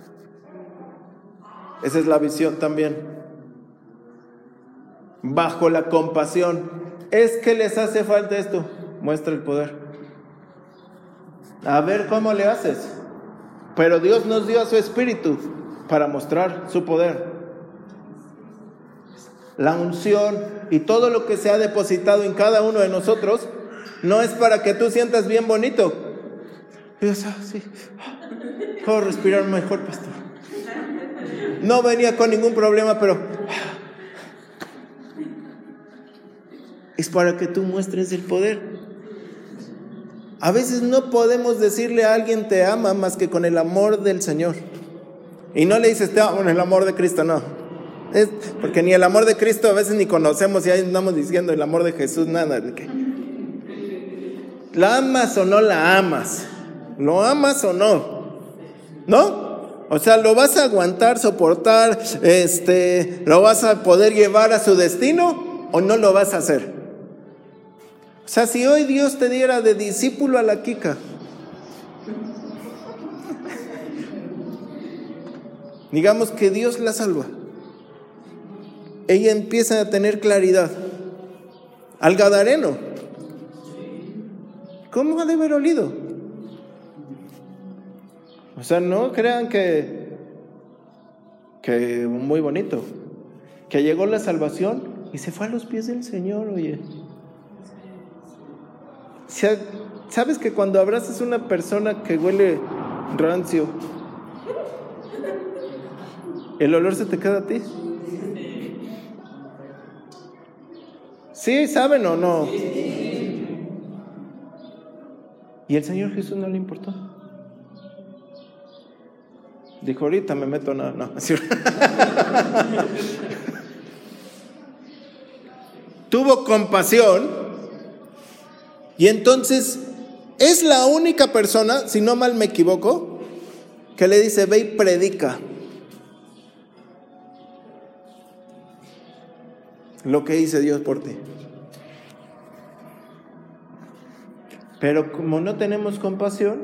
Esa es la visión también. Bajo la compasión. Es que les hace falta esto. Muestra el poder. A ver cómo le haces. Pero Dios nos dio a su Espíritu para mostrar su poder. La unción y todo lo que se ha depositado en cada uno de nosotros no es para que tú sientas bien bonito. Y dices, sí, puedo respirar mejor, pastor. No venía con ningún problema, pero es para que tú muestres el poder. A veces no podemos decirle a alguien te ama más que con el amor del Señor. Y no le dices te amo con el amor de Cristo, no. Porque ni el amor de Cristo a veces ni conocemos, y ahí andamos diciendo el amor de Jesús, nada. ¿La amas o no la amas? ¿Lo amas o no? ¿No? O sea, ¿lo vas a aguantar, soportar, lo vas a poder llevar a su destino o no lo vas a hacer? O sea, si hoy Dios te diera de discípulo a la Kika, digamos que Dios la salva, ella empieza a tener claridad. Al gadareno, ¿cómo ha de haber olido? O sea, no crean que muy bonito, que llegó la salvación y se fue a los pies del Señor, oye. O sea, ¿sabes que cuando abrazas a una persona que huele rancio, el olor se te queda a ti? ¿Sí? ¿Saben o no? Y el Señor Jesús no le importó. Dijo, ahorita me meto nada. No. Tuvo compasión. Y entonces es la única persona, si no mal me equivoco, que le dice, ve y predica lo que dice Dios por ti. Pero como no tenemos compasión,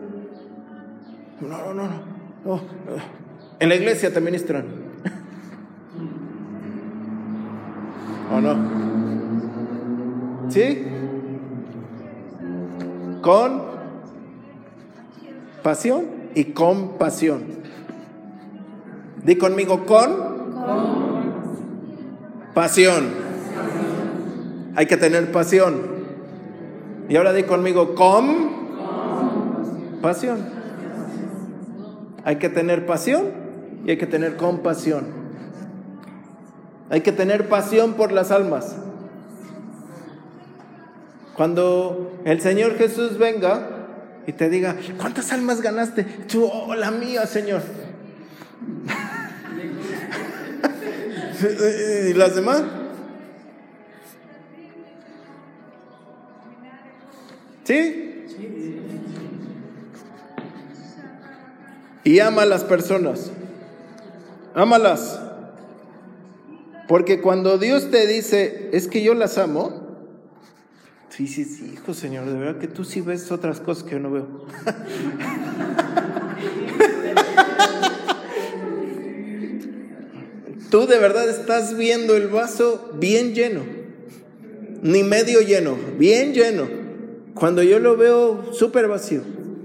no. En la iglesia te ministran. ¿O no? ¿Sí? Con pasión y compasión. Di conmigo, con pasión. Hay que tener pasión. Y ahora di conmigo, con pasión. Hay que tener pasión y hay que tener compasión. Hay que tener pasión por las almas. Cuando el Señor Jesús venga y te diga, ¿cuántas almas ganaste? Tú, oh, la mía, Señor. ¿Y las demás? ¿Sí? Y ama a las personas. Ámalas. Porque cuando Dios te dice, es que yo las amo, sí, hijo, Señor, de verdad que tú sí ves otras cosas que yo no veo. Tú de verdad estás viendo el vaso bien lleno, ni medio lleno, bien lleno, cuando yo lo veo súper vacío.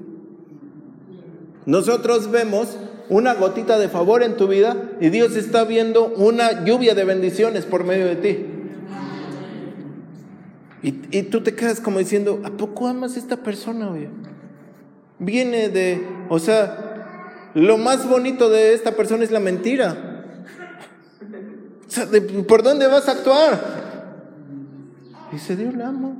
Nosotros vemos una gotita de favor en tu vida y Dios está viendo una lluvia de bendiciones por medio de ti. Y tú te quedas como diciendo, ¿a poco amas a esta persona, oye? Viene de, o sea, Lo más bonito de esta persona es la mentira. O sea, ¿por dónde vas a actuar? Dice, Dios la amo.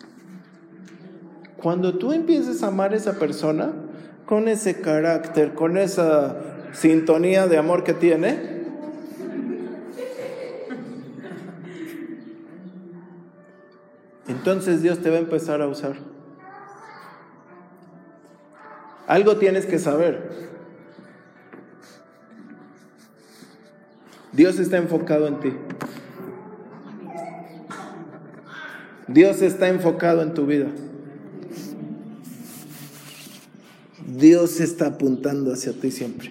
Cuando tú empieces a amar a esa persona, con ese carácter, con esa sintonía de amor que tiene, entonces Dios te va a empezar a usar. Algo tienes que saber. Dios está enfocado en ti. Dios está enfocado en tu vida. Dios está apuntando hacia ti siempre.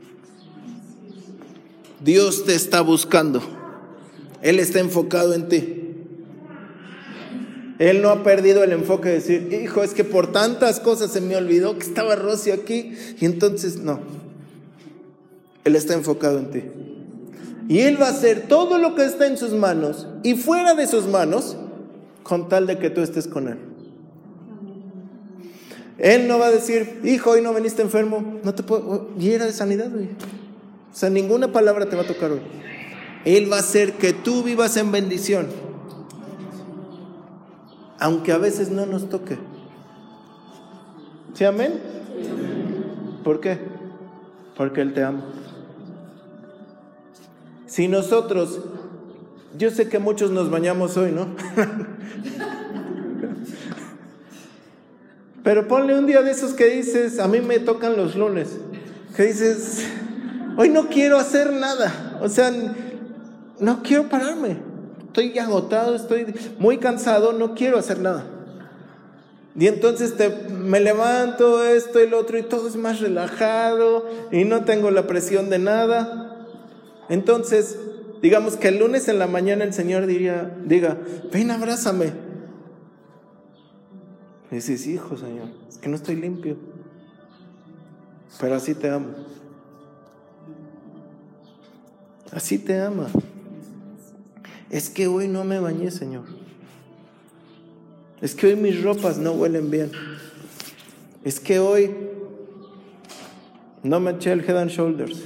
Dios te está buscando. Él está enfocado en ti. Él no ha perdido el enfoque de decir, hijo, es que por tantas cosas se me olvidó que estaba Rosy aquí. Y entonces no. Él está enfocado en ti. Y Él va a hacer todo lo que está en sus manos y fuera de sus manos con tal de que tú estés con Él. Él no va a decir, hijo, hoy no veniste enfermo, no te puedo, y era de sanidad, güey. O sea, ninguna palabra te va a tocar hoy. Él va a hacer que tú vivas en bendición, aunque a veces no nos toque. ¿Sí, amén? ¿Por qué? Porque Él te ama. Si nosotros, yo sé que muchos nos bañamos hoy, ¿no? Pero ponle un día de esos que dices, a mí me tocan los lunes, que dices, hoy no quiero hacer nada, o sea, no quiero pararme, estoy agotado, estoy muy cansado, no quiero hacer nada. Y entonces me levanto esto y lo otro y todo es más relajado y no tengo la presión de nada. Entonces, digamos que el lunes en la mañana el Señor diga, ven, abrázame. Y dices, hijo, Señor, es que no estoy limpio, pero así te amo. Así te ama. Es que hoy no me bañé, Señor. Es que hoy mis ropas no huelen bien. Es que hoy no me eché el Head and Shoulders.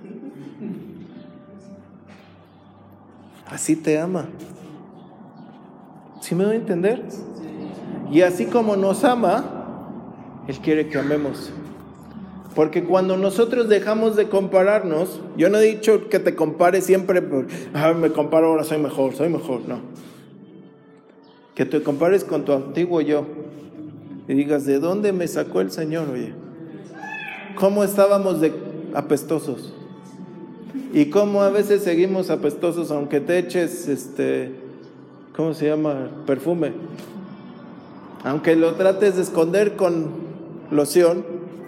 Así te ama. ¿Sí me voy a entender? Y así como nos ama, Él quiere que amemos. Porque cuando nosotros dejamos de compararnos, yo no he dicho que te compares siempre, me comparo ahora, soy mejor, no. Que te compares con tu antiguo yo y digas, ¿de dónde me sacó el Señor? Oye, ¿cómo estábamos de apestosos? Y cómo a veces seguimos apestosos aunque te eches, ¿cómo se llama? Perfume. Aunque lo trates de esconder con loción,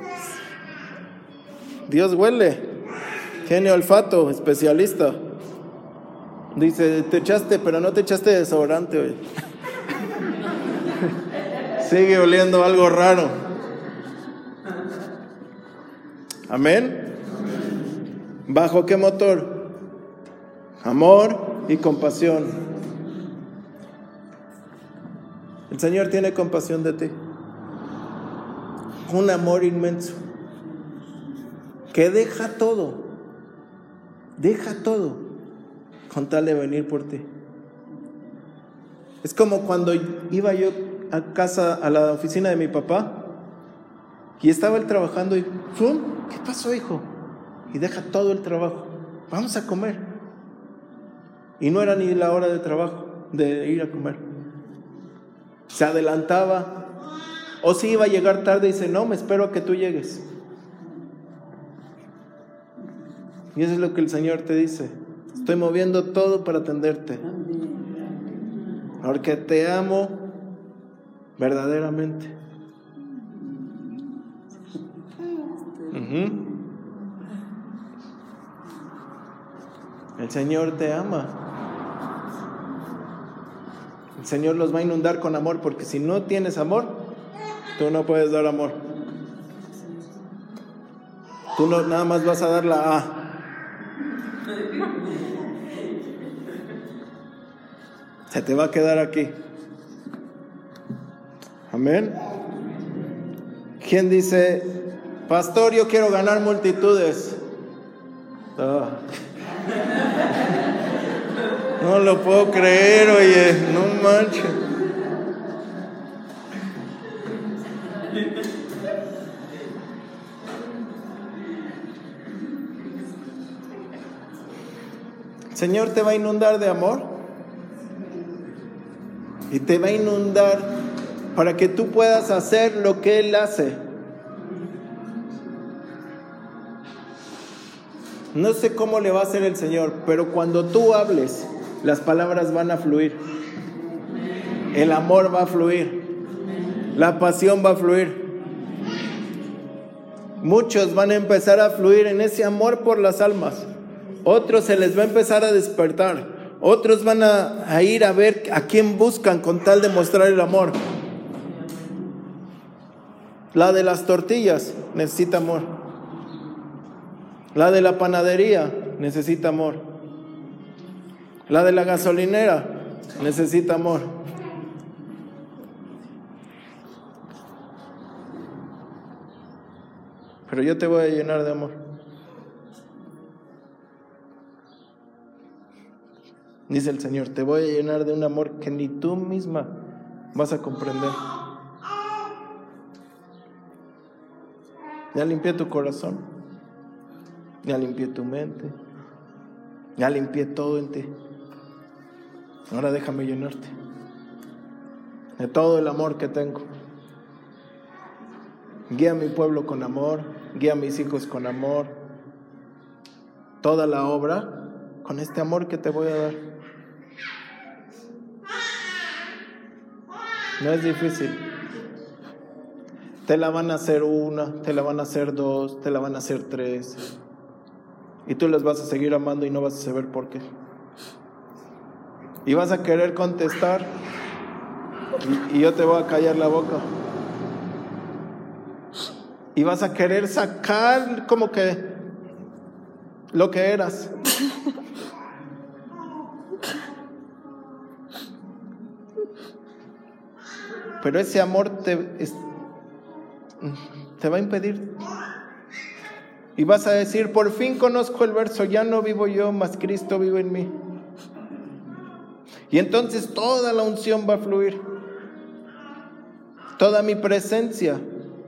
Dios huele. Tiene olfato, especialista. Dice, te echaste, pero no te echaste desodorante, oye. Sigue oliendo algo raro. Amén. ¿Bajo qué motor? Amor y compasión. El Señor tiene compasión de ti. Un amor inmenso que deja todo con tal de venir por ti. Es como cuando iba yo a casa, a la oficina de mi papá, y estaba él trabajando y ¡pum! ¿Qué pasó, hijo? Y deja todo el trabajo, vamos a comer. Y no era ni la hora de trabajo, de ir a comer. Se adelantaba, o si iba a llegar tarde y dice, no, me espero a que tú llegues. Y eso es lo que el Señor te dice, estoy moviendo todo para atenderte, porque te amo verdaderamente. El Señor te ama. El Señor los va a inundar con amor, porque si no tienes amor, tú no puedes dar amor. Tú no, nada más vas a dar la A. Se te va a quedar aquí. Amén. ¿Quién dice, Pastor, yo quiero ganar multitudes. No lo puedo creer, oye, no manches. El Señor te va a inundar de amor y te va a inundar para que tú puedas hacer lo que Él hace. No sé cómo le va a hacer el Señor, pero cuando tú hables, las palabras van a fluir. El amor va a fluir. La pasión va a fluir. Muchos van a empezar a fluir en ese amor por las almas. Otros se les va a empezar a despertar. Otros van a ir a ver a quién buscan con tal de mostrar el amor. La de las tortillas necesita amor. La de la panadería necesita amor. La de la gasolinera necesita amor. Pero yo te voy a llenar de amor. Dice el Señor, te voy a llenar de un amor que ni tú misma vas a comprender. Ya limpié tu corazón. Ya limpié tu mente. Ya limpié todo en ti. Ahora déjame llenarte de todo el amor que tengo. Guía a mi pueblo con amor. Guía a mis hijos con amor. Toda la obra con este amor que te voy a dar. No es difícil. Te la van a hacer una, te la van a hacer dos, te la van a hacer tres. Y tú las vas a seguir amando y no vas a saber por qué. Y vas a querer contestar y yo te voy a callar la boca. Y vas a querer sacar como que lo que eras. Pero ese amor te va a impedir. Y vas a decir, por fin conozco el verso, ya no vivo yo, mas Cristo vive en mí. Y entonces toda la unción va a fluir. Toda mi presencia.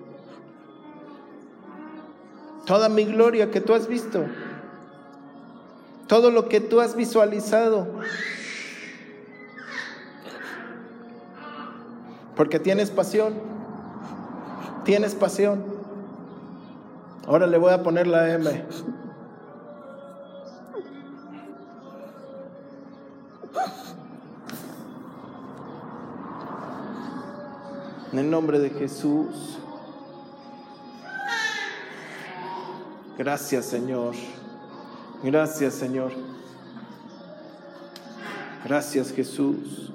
Toda mi gloria que tú has visto. Todo lo que tú has visualizado. Porque tienes pasión. Tienes pasión. Ahora le voy a poner la M. En el nombre de Jesús. Gracias, Señor. Gracias, Señor. Gracias, Jesús.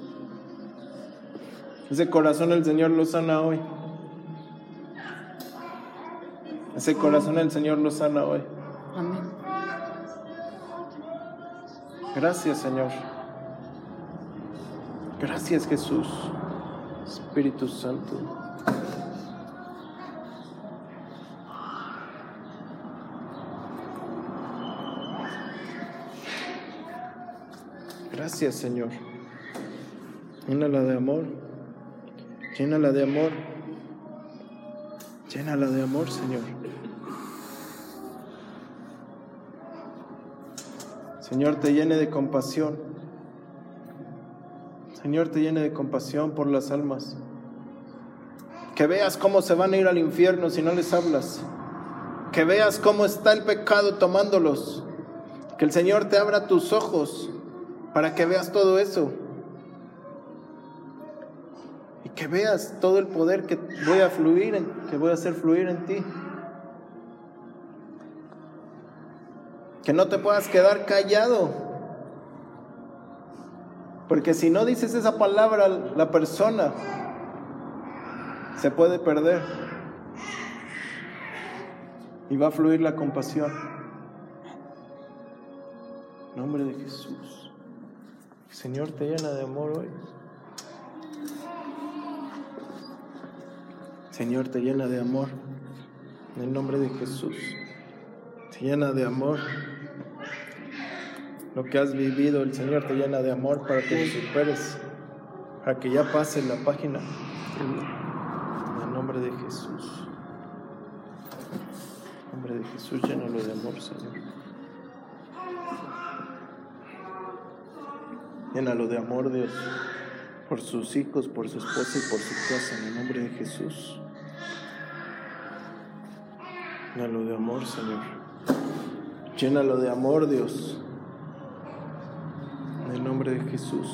Ese corazón el Señor lo sana hoy. Ese corazón el Señor lo sana hoy. Amén. Gracias, Señor. Gracias, Jesús. Espíritu Santo. Gracias, Señor. Llénala de amor. Llénala de amor. Llénala de amor, Señor. Señor, te llene de compasión. Señor, te llene de compasión por las almas. Que veas cómo se van a ir al infierno si no les hablas. Que veas cómo está el pecado tomándolos. Que el Señor te abra tus ojos para que veas todo eso. Y que veas todo el poder que voy a hacer fluir en ti. Que no te puedas quedar callado. Porque si no dices esa palabra, la persona se puede perder. Y va a fluir la compasión. En nombre de Jesús. El Señor te llena de amor hoy. Señor te llena de amor. En el nombre de Jesús. Te llena de amor. Lo que has vivido, el Señor te llena de amor para que lo superes, para que ya pase la página. En el nombre de Jesús. En el nombre de Jesús, llénalo de amor, Señor. Llénalo de amor, Dios, por sus hijos, por su esposa y por su casa, en el nombre de Jesús. Llénalo de amor, Señor. Llénalo de amor, Dios. En el nombre de Jesús.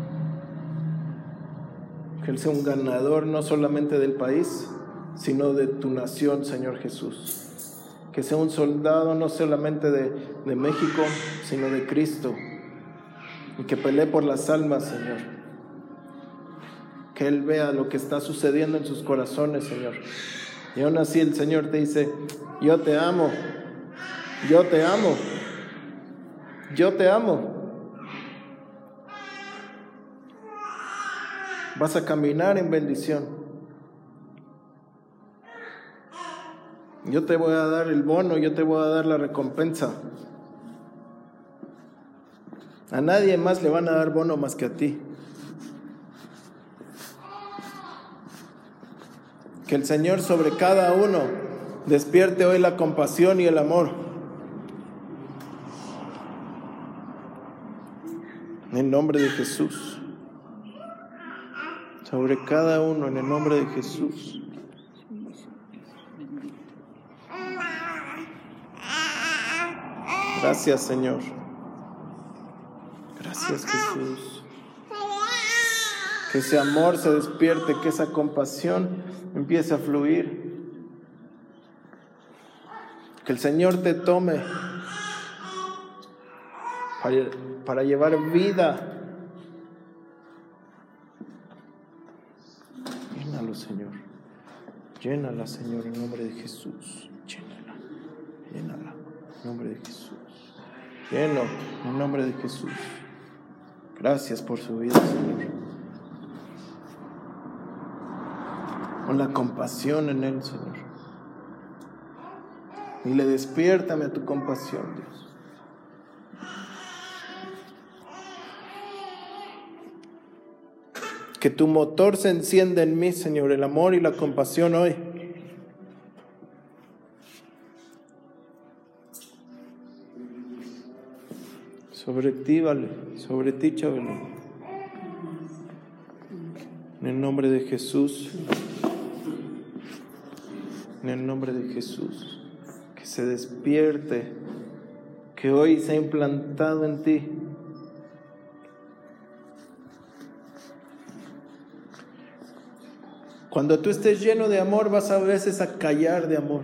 Que Él sea un ganador no solamente del país, sino de tu nación, Señor Jesús. Que sea un soldado no solamente de México, sino de Cristo. Y que pelee por las almas, Señor. Que Él vea lo que está sucediendo en sus corazones, Señor. Y aún así el Señor te dice: yo te amo, yo te amo, yo te amo. Vas a caminar en bendición. Yo te voy a dar el bono, yo te voy a dar la recompensa. A nadie más le van a dar bono más que a ti. Que el Señor sobre cada uno despierte hoy la compasión y el amor. En el nombre de Jesús. Sobre cada uno, en el nombre de Jesús. Gracias, Señor. Gracias, Jesús. Que ese amor se despierte, que esa compasión empiece a fluir. Que el Señor te tome para llevar vida. Llénalo, Señor. Llénala, Señor, en nombre de Jesús. Llénala. Llénala, en nombre de Jesús. Llénalo, en nombre de Jesús. Gracias por su vida, Señor. Con la compasión en Él, Señor. Y le despiértame a tu compasión, Dios. Que tu motor se encienda en mí, Señor, el amor y la compasión hoy. Sobre ti, vale, sobre ti, Chabelo. En el nombre de Jesús. En el nombre de Jesús. Que se despierte, que hoy se ha implantado en ti. Cuando tú estés lleno de amor, vas a veces a callar de amor.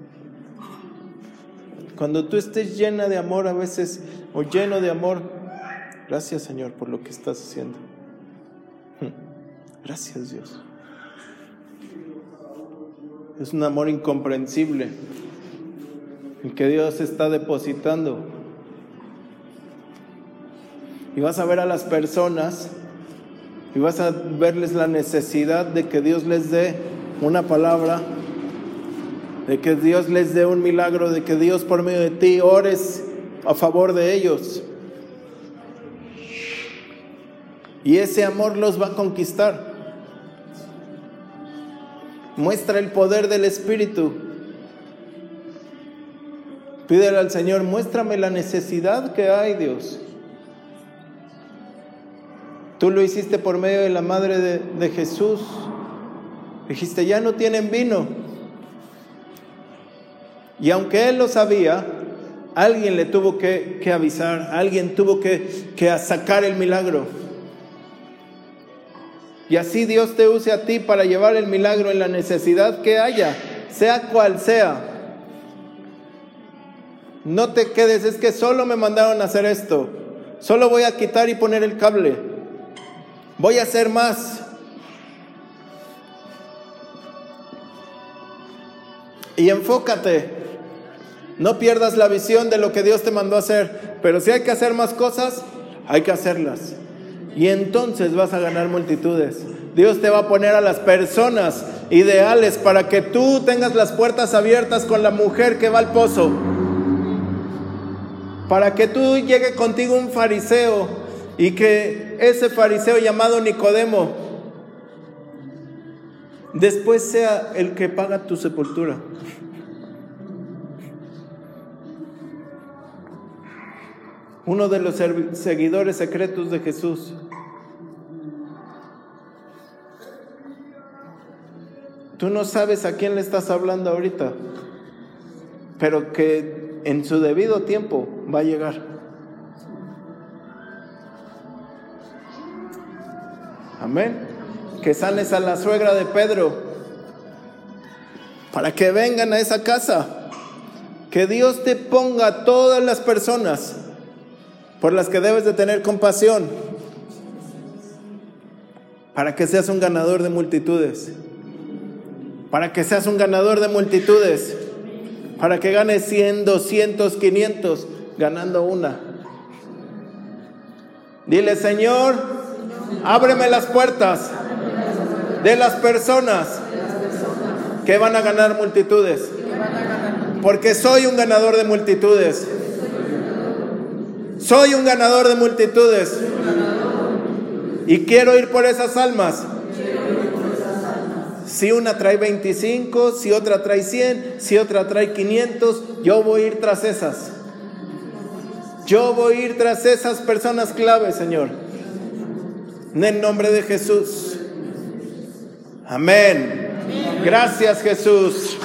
Cuando tú estés llena de amor a veces, o lleno de amor, gracias, Señor, por lo que estás haciendo. Gracias, Dios. Es un amor incomprensible el que Dios está depositando. Y vas a ver a las personas y vas a verles la necesidad de que Dios les dé una palabra, de que Dios les dé un milagro, de que Dios por medio de ti ores a favor de ellos. Y ese amor los va a conquistar. Muestra el poder del Espíritu. Pídele al Señor: muéstrame la necesidad que hay, Dios. Tú lo hiciste por medio de la madre de Jesús. Dijiste: ya no tienen vino. Y aunque Él lo sabía, alguien le tuvo que avisar, alguien tuvo que sacar el milagro. Y así Dios te use a ti para llevar el milagro en la necesidad que haya, sea cual sea. No te quedes, es que solo me mandaron a hacer esto. Solo voy a quitar y poner el cable. Voy a hacer más. Y enfócate. No pierdas la visión de lo que Dios te mandó a hacer. Pero si hay que hacer más cosas, hay que hacerlas. Y entonces vas a ganar multitudes. Dios te va a poner a las personas ideales para que tú tengas las puertas abiertas con la mujer que va al pozo. Para que tú llegue contigo un fariseo y que ese fariseo llamado Nicodemo después sea el que paga tu sepultura. Uno de los seguidores secretos de Jesús. Tú no sabes a quién le estás hablando ahorita, pero que en su debido tiempo va a llegar. Amén. Que sanes a la suegra de Pedro para que vengan a esa casa. Que Dios te ponga a todas las personas por las que debes de tener compasión, para que seas un ganador de multitudes. Para que seas un ganador de multitudes. Para que ganes 100, 200, 500, ganando una. Dile: Señor, ábreme las puertas de las personas que van a ganar multitudes. Porque soy un ganador de multitudes. Soy un ganador de multitudes. Y quiero ir por esas almas. Si una trae 25, si otra trae 100, si otra trae 500, yo voy a ir tras esas. Yo voy a ir tras esas personas clave, Señor. En el nombre de Jesús. Amén. Gracias, Jesús.